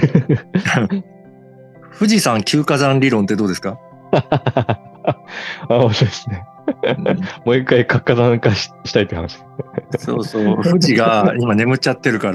富士山休火山理論ってどうですか？ あ、面白いですね。もう一回活火山化ししたいって話。 そうそう、富士が今眠っちゃってるから、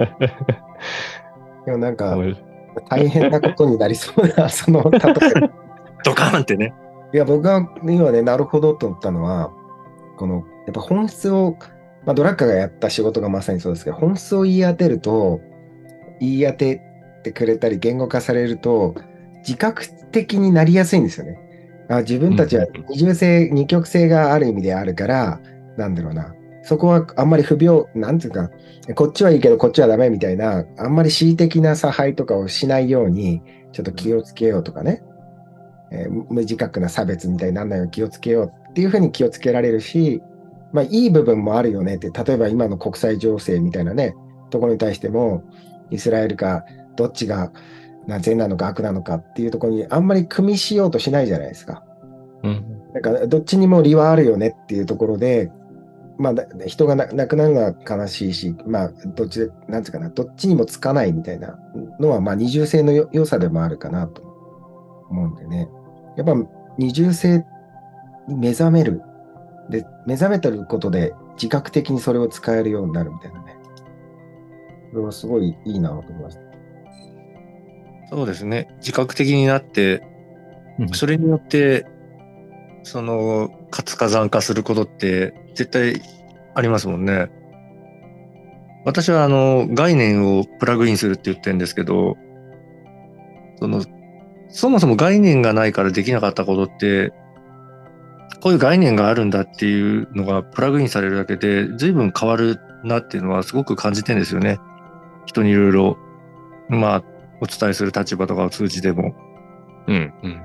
でもなんか面白い大変なことになりそうな、その例え。 ドカーンってね。 いや、僕が今ね、なるほどと思ったのは、この、やっぱ本質を、まあ、ドラッカーがやった仕事がまさにそうですけど、本質を言い当てると、言い当ててくれたり、言語化されると、自覚的になりやすいんですよね。あ、自分たちは二重性、二極性がある意味であるから、なんだろうな。そこはあんまり不平、なんていうか、こっちはいいけどこっちはダメみたいな、あんまり恣意的な差配とかをしないように、ちょっと気をつけようとかね。えー無自覚な差別みたいにならないように気をつけようっていうふうに気をつけられるし、まあいい部分もあるよねって、例えば今の国際情勢みたいなね、ところに対しても、イスラエルかどっちが善なのか悪なのかっていうところにあんまり組みしようとしないじゃないですか。 うん。 なんかどっちにも利はあるよねっていうところで、まあだ人がな亡くなるのは悲しいし、まあどっちで、なんていうかな、どっちにもつかないみたいなのは、まあ二重性のよ良さでもあるかなと思うんでね。やっぱ二重性に目覚める。で、目覚めてることで自覚的にそれを使えるようになるみたいなね。それはすごいいいなと思います。 そうですね。自覚的になって、 うんそれによって、その、活火山化することって絶対ありますもんね。私はあの、概念をプラグインするって言ってるんですけど、その、そもそも概念がないからできなかったことって、こういう概念があるんだっていうのがプラグインされるだけで随分変わるなっていうのはすごく感じてるんですよね。人にいろいろ、まあ、お伝えする立場とかを通じても。 うん。うん。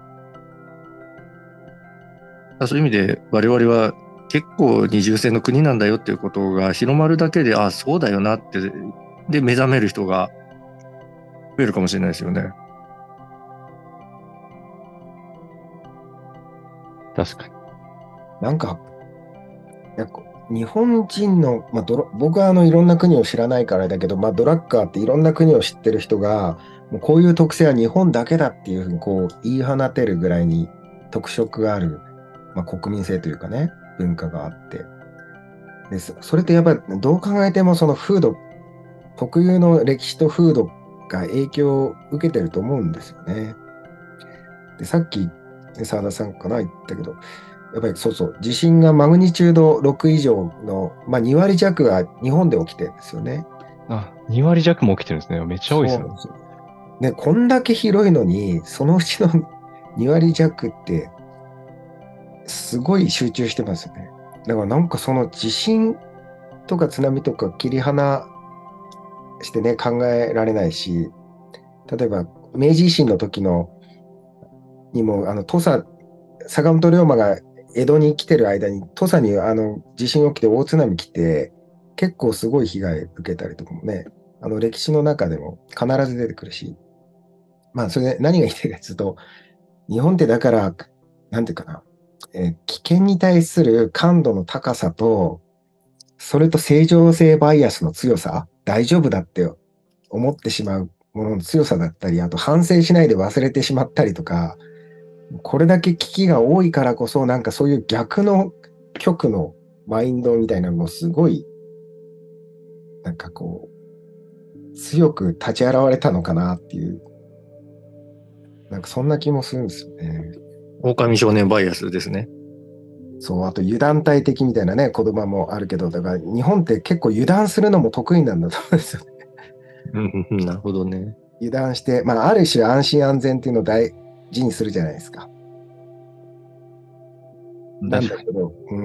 そういう意味で我々は結構二重性の国なんだよっていうことが広まるだけで、ああ、そうだよなって、で、目覚める人が増えるかもしれないですよね。 確かに。 なんか、いやこ日本人の、まあ、ドラ僕はあのいろんな国を知らないからだけど、まあ、ドラッカーっていろんな国を知ってる人が、もうこういう特性は日本だけだっていうふうにこう言い放てるぐらいに特色がある、まあ、国民性というかね、文化があって。で、そそれってやっぱりどう考えてもその風土、特有の歴史と風土が影響を受けてると思うんですよね。で、さっき澤田さんかな言ったけど、やっぱりそうそう、地震がマグニチュードろく以上の、まあ、に割弱が日本で起きてるんですよね。 あ、に割弱も起きてるんですね。めっちゃ多いですよ。 そうなんですよ。ね、こんだけ広いのに、そのうちのに割弱ってすごい集中してますよね。だからなんかその地震とか津波とか切り離してね、考えられないし、例えば明治維新の時のにも、あの土佐、坂本龍馬が江戸に来てる間に土佐にあの地震起きて大津波来て、結構すごい被害受けたりとかもね、あの歴史の中でも必ず出てくるし、まあそれで何が言いたいかというと、日本ってだから、なんていうかな、えー危険に対する感度の高さと、それと正常性バイアスの強さ、大丈夫だって思ってしまうものの強さだったり、あと反省しないで忘れてしまったりとか、これだけ危機が多いからこそ、なんかそういう逆の極のマインドみたいなのもすごい、なんかこう、強く立ち現れたのかなっていう、なんかそんな気もするんですよね。 狼少年バイアスですね。 そう、あと油断大敵みたいなね、言葉もあるけど、だから日本って結構油断するのも得意なんだと思うんですよね。 うんうん、なるほどね。 油断して、まあある種安心安全っていうのを大事にするじゃないですか。なんだけど、うん、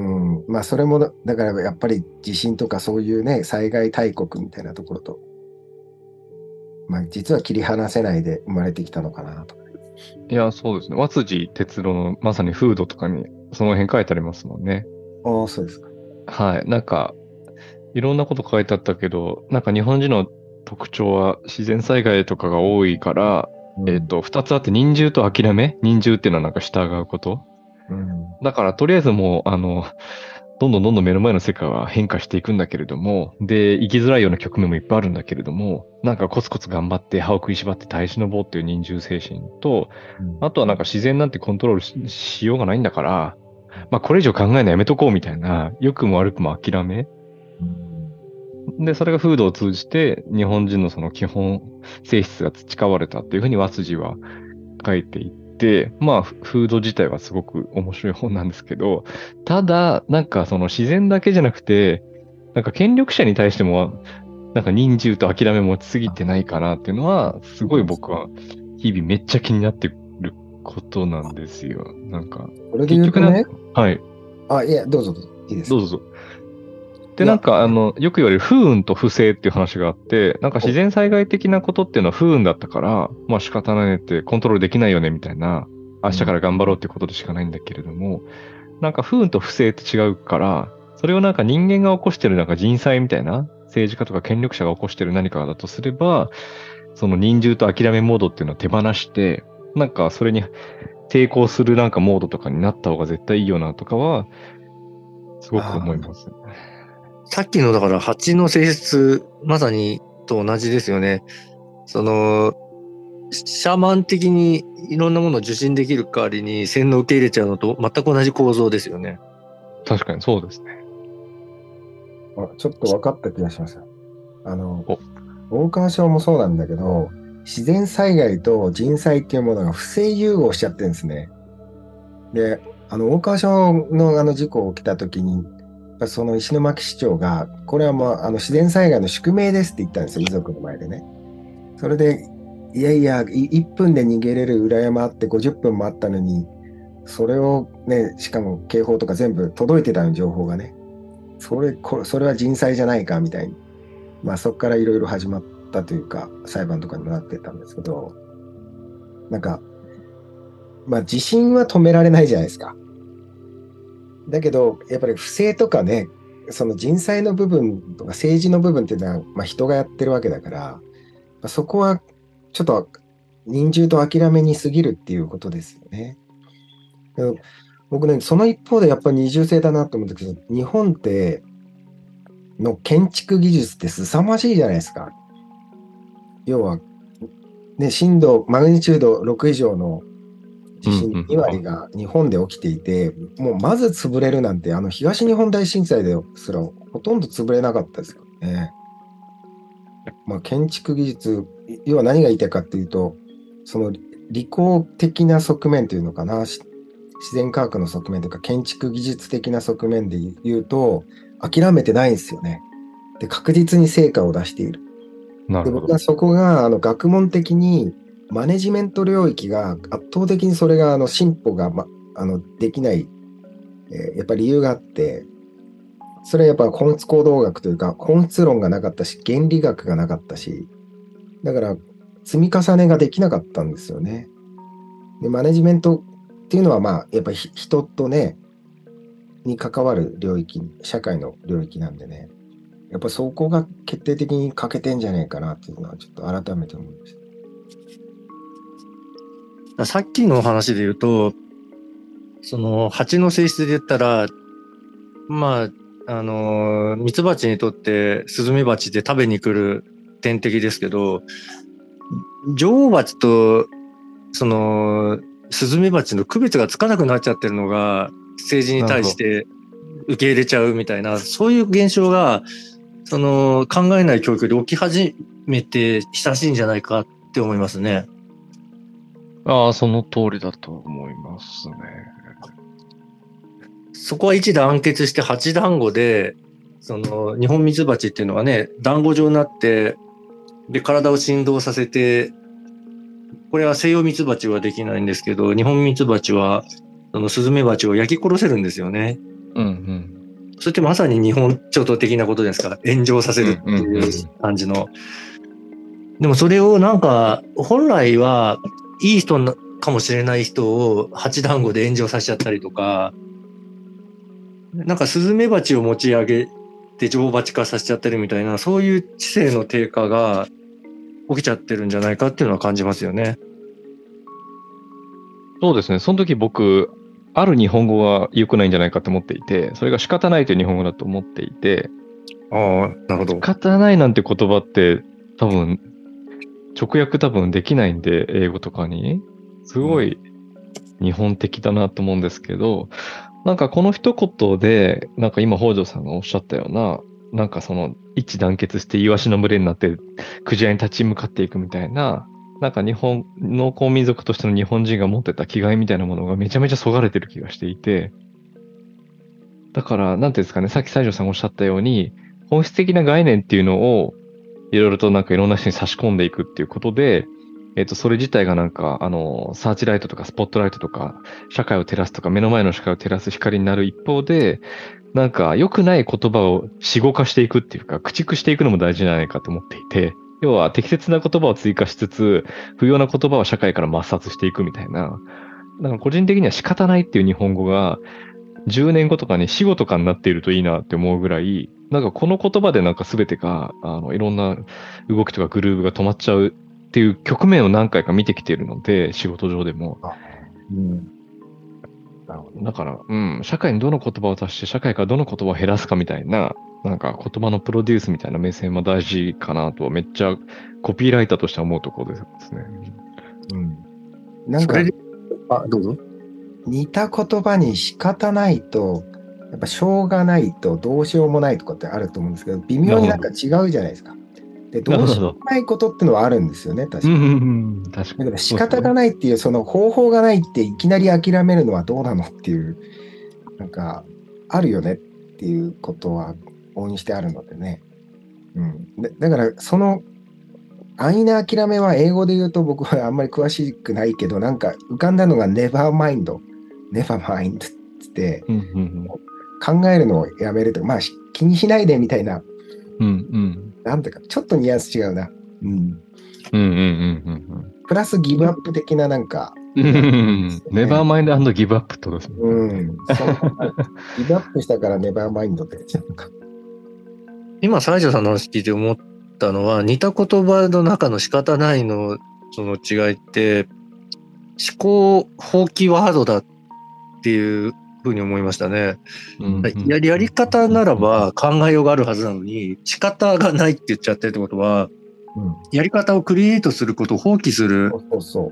まあそれも、だからやっぱり地震とかそういうね、災害大国みたいなところと、まあ実は切り離せないで生まれてきたのかなと。 いや、そうですね。和辻哲郎のまさに風土とかにその辺書いてありますもんね。 ああ、そうですか。 はい。なんか、いろんなこと書いてあったけど、なんか日本人の特徴は自然災害とかが多いから、 うん、 えっと、二つあって忍従と諦め。忍従っていうのはなんか従うこと。 うん、 だからとりあえずもう、あの、どんどんどんどん目の前の世界は変化していくんだけれども、で、生きづらいような局面もいっぱいあるんだけれども、なんかコツコツ頑張って歯を食いしばって耐え忍ぼうっていう忍従精神と、 うんあとはなんか自然なんてコントロール し, しようがないんだから、まあこれ以上考えるのやめとこうみたいな、良くも悪くも諦め。で、それが風土を通じて日本人のその基本性質が培われたっていうふうに和辻は書いていて、まあ風土自体はすごく面白い本なんですけど、ただ、なんかその自然だけじゃなくて、なんか権力者に対しても、なんか忍従と諦め持ちすぎてないかなっていうのは、すごい僕は日々めっちゃ気になってることなんですよ。なんか、 これで言うとね、 はい。 あ、いや、どうぞどうぞ、いいですか。 どうぞどうぞ。で、なんか、あの、よく言われる不運と不正っていう話があって、なんか自然災害的なことっていうのは不運だったから、まあ仕方ないねってコントロールできないよねみたいな、明日から頑張ろうってことでしかないんだけれども、なんか不運と不正って違うから、それをなんか人間が起こしてるなんか人災みたいな、政治家とか権力者が起こしてる何かだとすれば、その忍従と諦めモードっていうのを手放して、なんかそれに抵抗するなんかモードとかになった方が絶対いいよなとかは、すごく思います。 さっきのだから蜂の性質、まさにと同じですよね。その、シャーマン的にいろんなものを受信できる代わりに洗脳を受け入れちゃうのと全く同じ構造ですよね。 確かにそうですね。 あちょっと分かった気がしますよ。あの、大川症もそうなんだけど、 自然災害と人災っていうものが不正融合しちゃってるんですね。で、あの、大川署のあの事故起きた時に、その石巻市長が、これはもうあの自然災害の宿命ですって言ったんですよ、遺族の前でね。それで、いやいや、いっぷんで逃げれる裏山あってごじゅっぷんもあったのに、それをね、しかも警報とか全部届いてたの、情報がね。それ、こそれは人災じゃないかみたいに。まあそこからいろいろ始まったというか、裁判とかになってたんですけど、なんか、まあ地震は止められないじゃないですか。だけど、やっぱり不正とかね、その人災の部分とか政治の部分っていうのは、まあ、人がやってるわけだから、まあ、そこはちょっと忍従と諦めに過ぎるっていうことですよね。僕ね、その一方でやっぱり二重性だなと思うんだけど、日本っての建築技術って凄まじいじゃないですか。要は、ね、震度、マグニチュードろく以上の地震に割が日本で起きていて、もうまず潰れるなんて、あの東日本大震災ですらほとんど潰れなかったですよね。まあ、建築技術、要は何が言いたいかっていうと、その理工的な側面というのかな、自然科学の側面というか、建築技術的な側面で言うと、諦めてないんですよね。で、確実に成果を出している。 なるほど。 で、僕はそこがあの学問的に、マネジメント領域が圧倒的にそれがあの進歩が、ま、あのできない、えーやっぱり理由があって、それはやっぱ本質行動学というか本質論がなかったし、原理学がなかったし、だから積み重ねができなかったんですよね。で、マネジメントっていうのはまあやっぱり人とね、に関わる領域、社会の領域なんでね、やっぱそこが決定的に欠けてんじゃないかなっていうのはちょっと改めて思いました。 さっきの話で言うと、その蜂の性質で言ったら、まあ、あの、ミツバチにとってスズメバチで食べに来る天敵ですけど、女王バチと、その、スズメバチの区別がつかなくなっちゃってるのが、政治に対して受け入れちゃうみたいな、そういう現象が、その、考えない教育で起き始めて親しいんじゃないかって思いますね。 ああ、その通りだと思いますね。 そこは一致団結して蜂団子で、その日本ミツバチっていうのはね、団子状になって、で、体を振動させて、これは西洋ミツバチはできないんですけど、日本ミツバチは、そのスズメバチを焼き殺せるんですよね。 うんうん。 それってまさに日本調統的なことですから、炎上させるっていう感じの。でもそれをなんか、本来はいい人かもしれない人を蜂団子で炎上させちゃったりとか、なんかスズメバチを持ち上げて女王バチ化させちゃってるみたいな、そういう知性の低下が起きちゃってるんじゃないかっていうのは感じますよね。 そうですね。その時僕、ある日本語が良くないんじゃないかと思っていて、それが仕方ないという日本語だと思っていて、 ああ、なるほど。 仕方ないなんて言葉って多分、直訳多分できないんで、英語とかに。すごい日本的だなと思うんですけど、なんかこの一言で、なんか今北条さんがおっしゃったような、なんかその一致団結してイワシの群れになってクジラに立ち向かっていくみたいな、なんか日本、農耕民族としての日本人が持ってた気概みたいなものがめちゃめちゃそがれてる気がしていて、だから、なんていうんですかね、さっき西条さんがおっしゃったように、本質的な概念っていうのを、いろいろとなんかいろんな人に差し込んでいくっていうことで、えっと、それ自体がなんか、あの、サーチライトとかスポットライトとか、社会を照らすとか、目の前の社会を照らす光になる一方で、なんか良くない言葉を死語化していくっていうか、駆逐していくのも大事じゃないかと思っていて、要は適切な言葉を追加しつつ、不要な言葉を社会から抹殺していくみたいな、なんか個人的には仕方ないっていう日本語が、じゅうねんごとかに死語とかになっているといいなって思うぐらい、なんかこの言葉でなんか全てが、あの、いろんな動きとかグルーヴが止まっちゃうっていう局面を何回か見てきているので、仕事上でも。 うん、なるほど。 だから、うん、社会にどの言葉を足して、社会からどの言葉を減らすかみたいな、なんか言葉のプロデュースみたいな目線も大事かなと、めっちゃコピーライターとしては思うところですね。 うん。なんか、 あ、どうぞ。 似た言葉に仕方ないと、やっぱしょうがないとどうしようもないとかってあると思うんですけど、微妙になんか違うじゃないですか。 で、どうしようもないことってのはあるんですよね、確かに。 うんうんうん。確かに。 だから仕方がないっていう、その方法がないっていきなり諦めるのはどうなのっていう、なんか、あるよねっていうことは往々にしてあるのでね。うん。でだから、その安易な諦めは英語で言うと僕はあんまり詳しくないけど、なんか浮かんだのが never mind, never mind って言ってうんうん考えるのをやめるとか、まあし気にしないでみたいな、 うん。うんうん。 なんていうか、ちょっとニュアンス違うな。うん。 うんうんうんプラスギブアップ的ななんか、 うんうん。うんネバーマインドギブアップってことですね。 うん。そんなギブアップしたからネバーマインドってなんか。 今、西条さんの話聞いて思ったのは、似た言葉の中の仕方ないのその違いって、思考放棄ワードだっていうふうに思いましたね。 うんうんややり方ならば考えようがあるはずなのに、仕方がないって言っちゃってるってことは、 うん。 やり方をクリエイトすることを放棄する。 そうそうそう。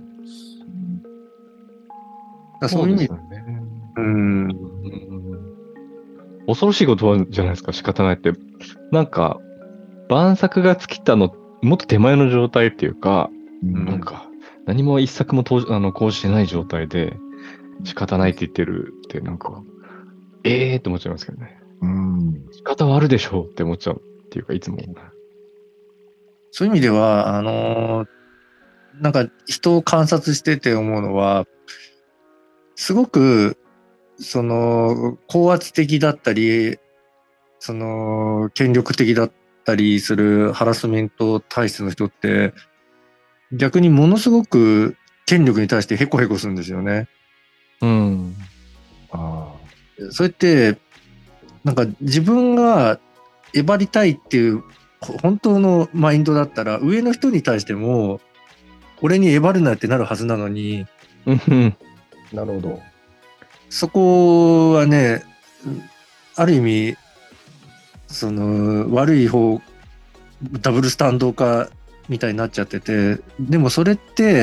そういう意味ですよね。 うん。 うん恐ろしい言葉じゃないですか、仕方ないって。なんか、万作が尽きたの、もっと手前の状態っていうか、 うんなんか、何も一作も登あの講じてない状態で、仕方ないって言ってるって、なんか、ええーって思っちゃいますけどね。 うん。 仕方はあるでしょうって思っちゃうっていうか、いつも。 そういう意味では、あのーなんか人を観察してて思うのは、すごく、その、高圧的だったり、その、権力的だったりするハラスメント体質の人って、逆にものすごく権力に対してヘコヘコするんですよね。 うん。 あそれって、なんか自分がえばりたいっていう本当のマインドだったら、上の人に対しても、俺にえばるなってなるはずなのに、 うん。 あ、なるほど。 そこはね、ある意味、その悪い方、ダブルスタンド化みたいになっちゃってて、でもそれって、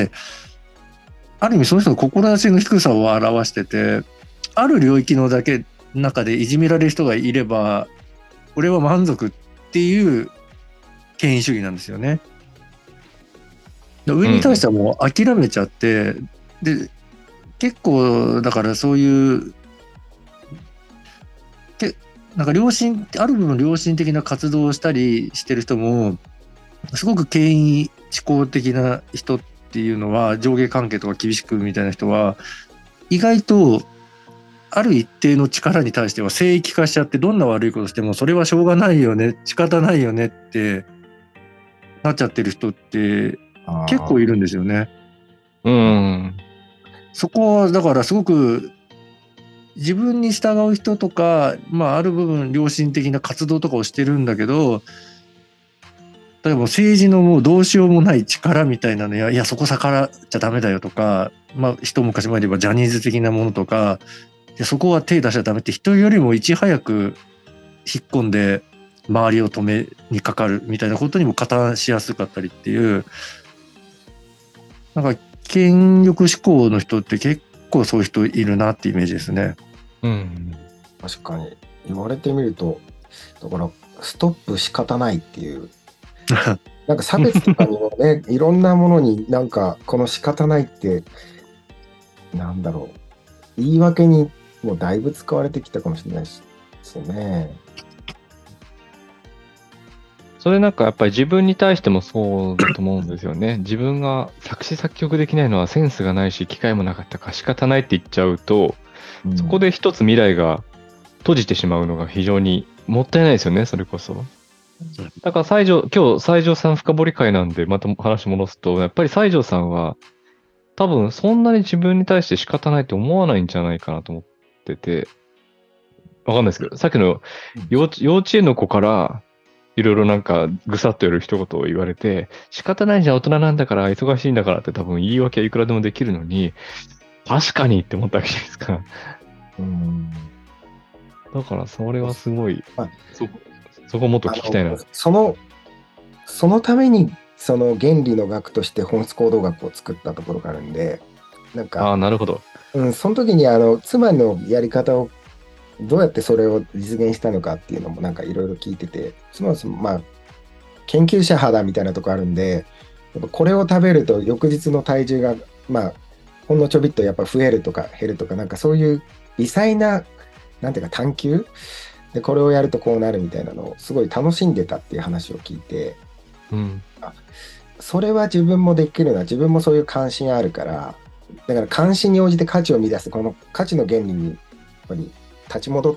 ある意味その人の志の低さを表してて、ある領域のだけ中でいじめられる人がいれば、俺は満足っていう権威主義なんですよね。上に対してはもう諦めちゃって、うん、で、結構だからそういうけなんか良心ある部分良心的な活動をしたりしてる人もすごく権威志向的な人っていうのは、上下関係とか厳しくみたいな人は意外とある一定の力に対しては聖域化しちゃって、どんな悪いことしてもそれはしょうがないよね、仕方ないよねってなっちゃってる人って結構いるんですよね。 うん。 そこはだからすごく自分に従う人とか、まあある部分良心的な活動とかをしてるんだけど、例えば政治のもうどうしようもない力みたいなのや、いやそこ逆らっちゃダメだよとか、まあ一昔前で言えばジャニーズ的なものとか、でそこは手出しちゃダメって人よりもいち早く引っ込んで周りを止めにかかるみたいなことにも加担しやすかったりっていう、なんか権力志向の人って結構そういう人いるなってイメージですね。 うん。 確かに言われてみると、だからストップ仕方ないっていうなんか差別とかにもねいろんなものになんかこの仕方ないってなんだろう、言い訳にもうだいぶ使われてきたかもしれないですよね。 それなんかやっぱり自分に対してもそうだと思うんですよね。自分が作詞作曲できないのはセンスがないし機会もなかったから仕方ないって言っちゃうと、うん、そこで一つ未来が閉じてしまうのが非常にもったいないですよね、それこそ。だから西条、今日西条さん深掘り会なんでまた話戻すと、やっぱり西条さんは多分そんなに自分に対して仕方ないって思わないんじゃないかなと思ってて、わかんないですけど、さっきの幼稚、幼稚園の子からいろいろなんかぐさっとやる一言を言われて、仕方ないじゃん、大人なんだから忙しいんだからって多分言い訳はいくらでもできるのに、確かにって思ったわけじゃないですか。うん。だからそれはすごい、まあ、そ, そこもっと聞きたいな。 その、そのためにその原理の学として本質行動学を作ったところがあるんで、なんか、 ああ、なるほど。 うん、その時にあの妻のやり方をどうやってそれを実現したのかっていうのもなんかいろいろ聞いてて、妻はまあ研究者肌みたいなとこあるんで、やっぱこれを食べると翌日の体重が、まあ、ほんのちょびっとやっぱ増えるとか減るとか、なんかそういう微細な、なんていうか探求で、これをやるとこうなるみたいなのをすごい楽しんでたっていう話を聞いて、 うん。 それは自分もできるな、自分もそういう関心あるから、だから関心に応じて価値を見出す、この価値の原理にやっぱり立ち戻って、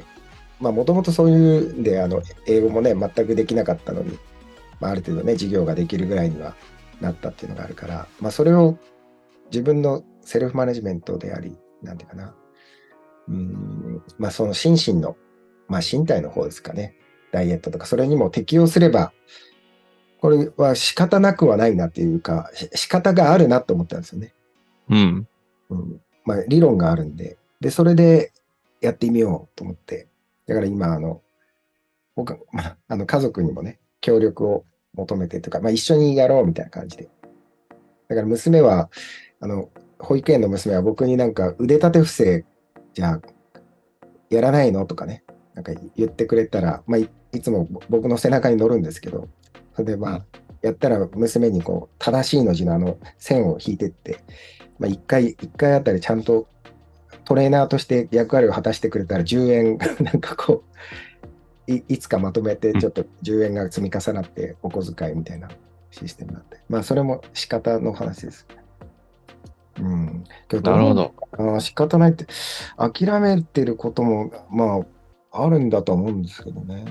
まあもともとそういうんで、あの、英語もね、全くできなかったのに、まあ、ある程度ね、授業ができるぐらいにはなったっていうのがあるから、まあそれを自分のセルフマネジメントであり、なんていうかな、うーん、まあその心身の、まあ身体の方ですかね、ダイエットとか、それにも適用すれば、これは仕方なくはないなっていうか、し仕方があるなと思ったんですよね。 うん。 うん、まあ理論があるんで、で、それでやってみようと思って、だから今、あの、僕、まあ、あの家族にもね、協力を求めてとか、まあ一緒にやろうみたいな感じで。だから娘は、あの、保育園の娘は僕になんか腕立て伏せ、じゃあ、やらないのとかね、なんか言ってくれたら、まあい、いつも僕の背中に乗るんですけど、それでまあ、やったら娘にこう、正しいの字のあの線を引いてって、まあ一回、一回あたりちゃんとトレーナーとして役割を果たしてくれたらじゅうえん、なんかこう、いいつかまとめてちょっとじゅうえんが積み重なってお小遣いみたいなシステムなんで。まあそれも仕方の話です。うん。けどなるほど。 あー仕方ないって、諦めてることも、まあ、あるんだと思うんですけどね。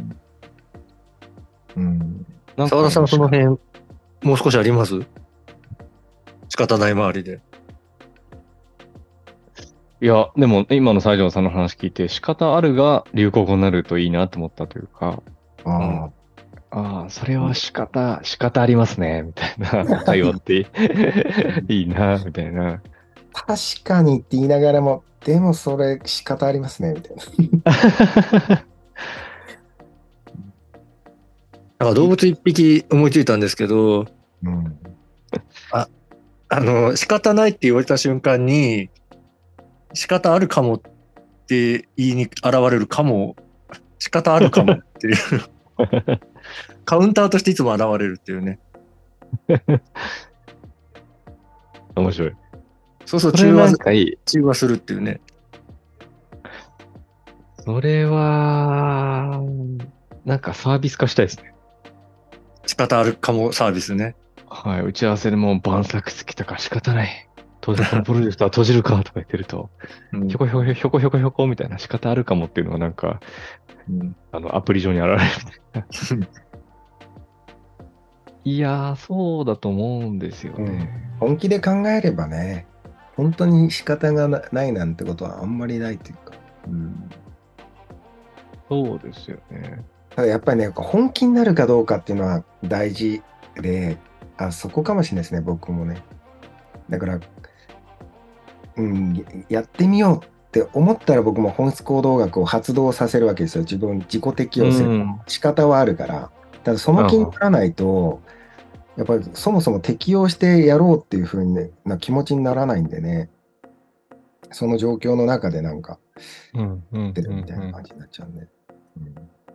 うん。 なんか澤田さん、その辺、もう少しあります？仕方ない周りで。 いや、でも今の西条さんの話聞いて、仕方あるが流行語になるといいなと思ったというか、 ああ、 ああ、それは仕方、仕方ありますね、みたいな会話っていいな、みたいな。 確かにって言いながらも、でもそれ仕方ありますね、みたいな。 なんか動物一匹思いついたんですけど、 うん。 あの、仕方ないって言われた瞬間に、仕方あるかもって言いに現れるかも、仕方あるかもっていう、カウンターとしていつも現れるっていうね。 面白い。 そうそう、 それ中和なんかいい。 中和するっていうね。 それは、なんかサービス化したいですね。 仕方あるかもサービスね。 はい。打ち合わせでもう晩作つきたから仕方ない。当然このプロジェクトは閉じるかとか言ってると、 うんひょこひょこひょこひょこひょこみたいな仕方あるかもっていうのがなんか、 うんあの、アプリ上に現れるみたいな。いやー、そうだと思うんですよね。 本気で考えればね、本当に仕方がなないなんてことはあんまりないというか。うん。 そうですよね。 ただやっぱりね、本気になるかどうかっていうのは大事で、あ、そこかもしれないですね、僕もね。だから、うん、やってみようって思ったら僕も本質行動学を発動させるわけですよ。自分、自己適応する。 うん仕方はあるから。ただその気にならないと、やっぱりそもそも適応してやろうっていう風に、ね、な気持ちにならないんでね、その状況の中でなんか、 うんうん出るみたいうんうんな感じになっちゃうんで。うん